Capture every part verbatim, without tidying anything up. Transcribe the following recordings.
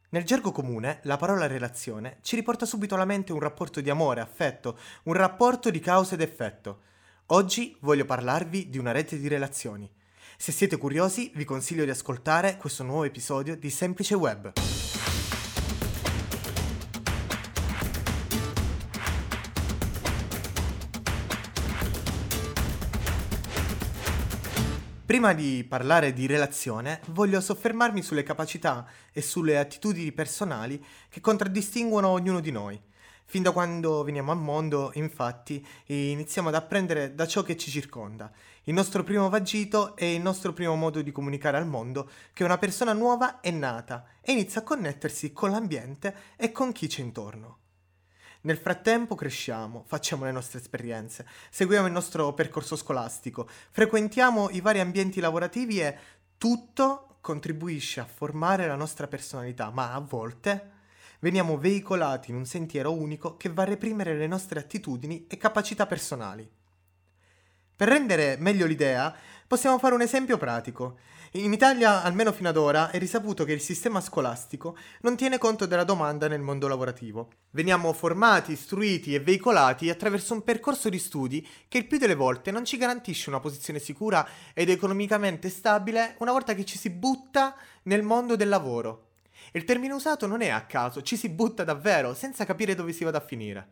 Nel gergo comune, la parola relazione ci riporta subito alla mente un rapporto di amore, affetto, un rapporto di causa ed effetto. Oggi voglio parlarvi di una rete di relazioni. Se siete curiosi, vi consiglio di ascoltare questo nuovo episodio di Semplice Web. Prima di parlare di relazione, voglio soffermarmi sulle capacità e sulle attitudini personali che contraddistinguono ognuno di noi. Fin da quando veniamo al mondo, infatti, iniziamo ad apprendere da ciò che ci circonda. Il nostro primo vagito è il nostro primo modo di comunicare al mondo che una persona nuova è nata e inizia a connettersi con l'ambiente e con chi c'è intorno. Nel frattempo cresciamo, facciamo le nostre esperienze, seguiamo il nostro percorso scolastico, frequentiamo i vari ambienti lavorativi e tutto contribuisce a formare la nostra personalità, ma a volte veniamo veicolati in un sentiero unico che va a reprimere le nostre attitudini e capacità personali. Per rendere meglio l'idea, possiamo fare un esempio pratico. In Italia, almeno fino ad ora, è risaputo che il sistema scolastico non tiene conto della domanda nel mondo lavorativo. Veniamo formati, istruiti e veicolati attraverso un percorso di studi che il più delle volte non ci garantisce una posizione sicura ed economicamente stabile una volta che ci si butta nel mondo del lavoro. Il termine usato non è a caso, ci si butta davvero, senza capire dove si vada a finire.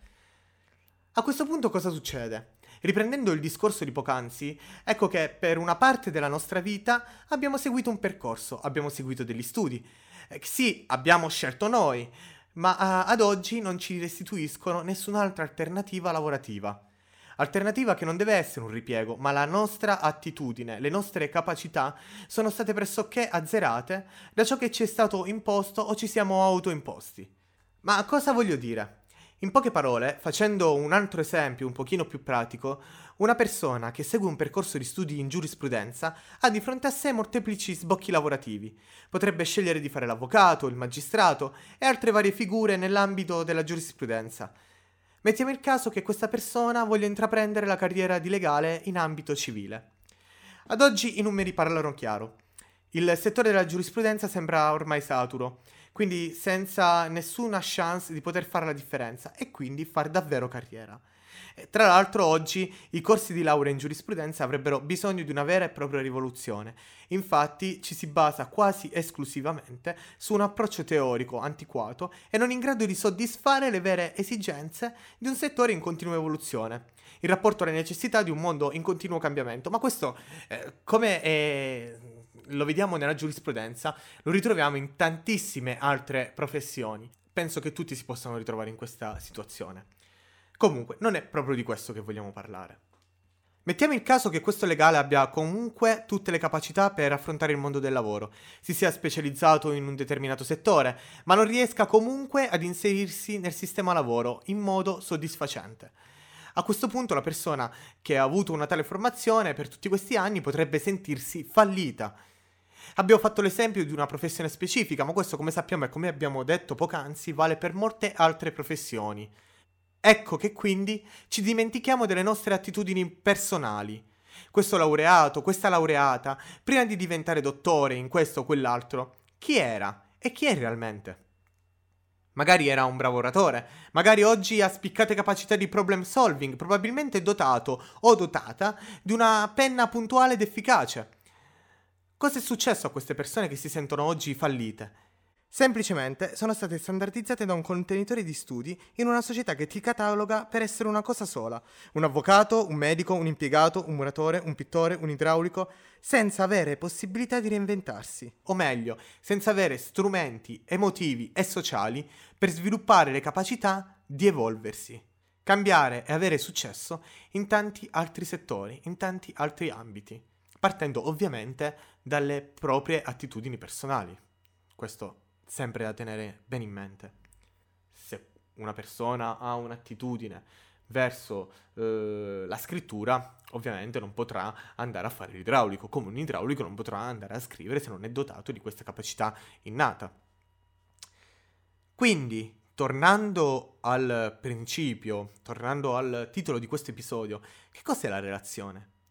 A questo punto cosa succede? Riprendendo il discorso di poc'anzi, ecco che per una parte della nostra vita abbiamo seguito un percorso, abbiamo seguito degli studi. Eh, sì, abbiamo scelto noi, ma eh, ad oggi non ci restituiscono nessun'altra alternativa lavorativa. Alternativa che non deve essere un ripiego, ma la nostra attitudine, le nostre capacità sono state pressoché azzerate da ciò che ci è stato imposto o ci siamo autoimposti. Ma cosa voglio dire? In poche parole, facendo un altro esempio un pochino più pratico, una persona che segue un percorso di studi in giurisprudenza ha di fronte a sé molteplici sbocchi lavorativi. Potrebbe scegliere di fare l'avvocato, il magistrato e altre varie figure nell'ambito della giurisprudenza. Mettiamo il caso che questa persona voglia intraprendere la carriera di legale in ambito civile. Ad oggi i numeri parlano chiaro. Il settore della giurisprudenza sembra ormai saturo, quindi senza nessuna chance di poter fare la differenza e quindi fare davvero carriera. E tra l'altro oggi i corsi di laurea in giurisprudenza avrebbero bisogno di una vera e propria rivoluzione. Infatti ci si basa quasi esclusivamente su un approccio teorico antiquato e non in grado di soddisfare le vere esigenze di un settore in continua evoluzione. Il rapporto alle necessità di un mondo in continuo cambiamento. Ma questo, eh, come è... lo vediamo nella giurisprudenza, lo ritroviamo in tantissime altre professioni. Penso che tutti si possano ritrovare in questa situazione. Comunque, non è proprio di questo che vogliamo parlare. Mettiamo il caso che questo legale abbia comunque tutte le capacità per affrontare il mondo del lavoro, si sia specializzato in un determinato settore, ma non riesca comunque ad inserirsi nel sistema lavoro in modo soddisfacente. A questo punto la persona che ha avuto una tale formazione per tutti questi anni potrebbe sentirsi fallita. Abbiamo fatto l'esempio di una professione specifica, ma questo, come sappiamo e come abbiamo detto poc'anzi, vale per molte altre professioni. Ecco che quindi ci dimentichiamo delle nostre attitudini personali. Questo laureato, questa laureata, prima di diventare dottore in questo o quell'altro, chi era e chi è realmente? Magari era un bravo oratore, magari oggi ha spiccate capacità di problem solving, probabilmente dotato o dotata di una penna puntuale ed efficace. Cosa è successo a queste persone che si sentono oggi fallite? Semplicemente sono state standardizzate da un contenitore di studi in una società che ti cataloga per essere una cosa sola: un avvocato, un medico, un impiegato, un muratore, un pittore, un idraulico, senza avere possibilità di reinventarsi, o meglio, senza avere strumenti emotivi e sociali per sviluppare le capacità di evolversi, cambiare e avere successo in tanti altri settori, in tanti altri ambiti, partendo ovviamente dalle proprie attitudini personali. Questo sempre da tenere bene in mente. Se una persona ha un'attitudine verso eh, la scrittura, ovviamente non potrà andare a fare l'idraulico, come un idraulico non potrà andare a scrivere se non è dotato di questa capacità innata. Quindi, tornando al principio, tornando al titolo di questo episodio, che cos'è la relazione?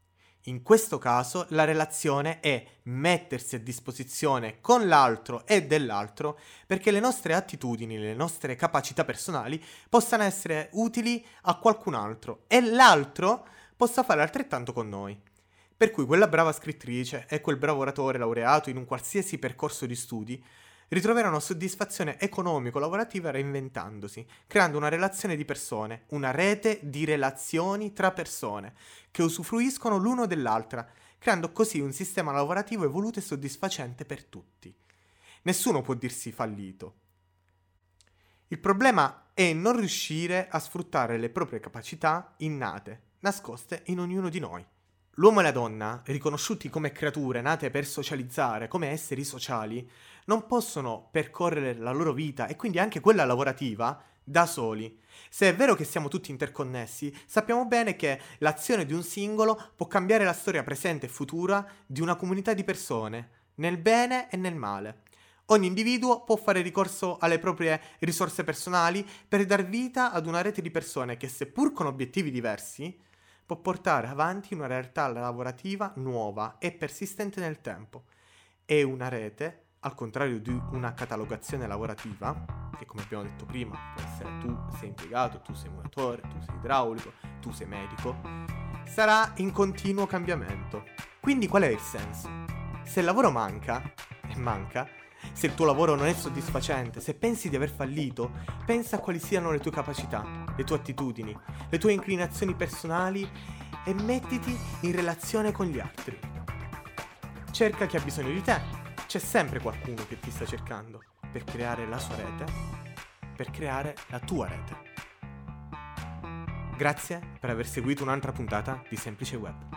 In questo caso la relazione è mettersi a disposizione con l'altro e dell'altro perché le nostre attitudini, le nostre capacità personali possano essere utili a qualcun altro e l'altro possa fare altrettanto con noi. Per cui quella brava scrittrice e quel bravo oratore laureato in un qualsiasi percorso di studi ritroveranno soddisfazione economico-lavorativa reinventandosi, creando una relazione di persone, una rete di relazioni tra persone che usufruiscono l'uno dell'altra, creando così un sistema lavorativo evoluto e soddisfacente per tutti. Nessuno può dirsi fallito. Il problema è non riuscire a sfruttare le proprie capacità innate, nascoste in ognuno di noi. L'uomo e la donna, riconosciuti come creature nate per socializzare, come esseri sociali, non possono percorrere la loro vita e quindi anche quella lavorativa da soli. Se è vero che siamo tutti interconnessi, sappiamo bene che l'azione di un singolo può cambiare la storia presente e futura di una comunità di persone, nel bene e nel male. Ogni individuo può fare ricorso alle proprie risorse personali per dar vita ad una rete di persone che, seppur con obiettivi diversi, può portare avanti una realtà lavorativa nuova e persistente nel tempo. È una rete, al contrario di una catalogazione lavorativa, che come abbiamo detto prima può essere tu sei impiegato, tu sei muratore, tu sei idraulico, tu sei medico, sarà in continuo cambiamento. Quindi qual è il senso? Se il lavoro manca, e manca, se il tuo lavoro non è soddisfacente, se pensi di aver fallito, pensa a quali siano le tue capacità, le tue attitudini, le tue inclinazioni personali e mettiti in relazione con gli altri. Cerca chi ha bisogno di te, c'è sempre qualcuno che ti sta cercando per creare la sua rete, per creare la tua rete. Grazie per aver seguito un'altra puntata di Semplice Web.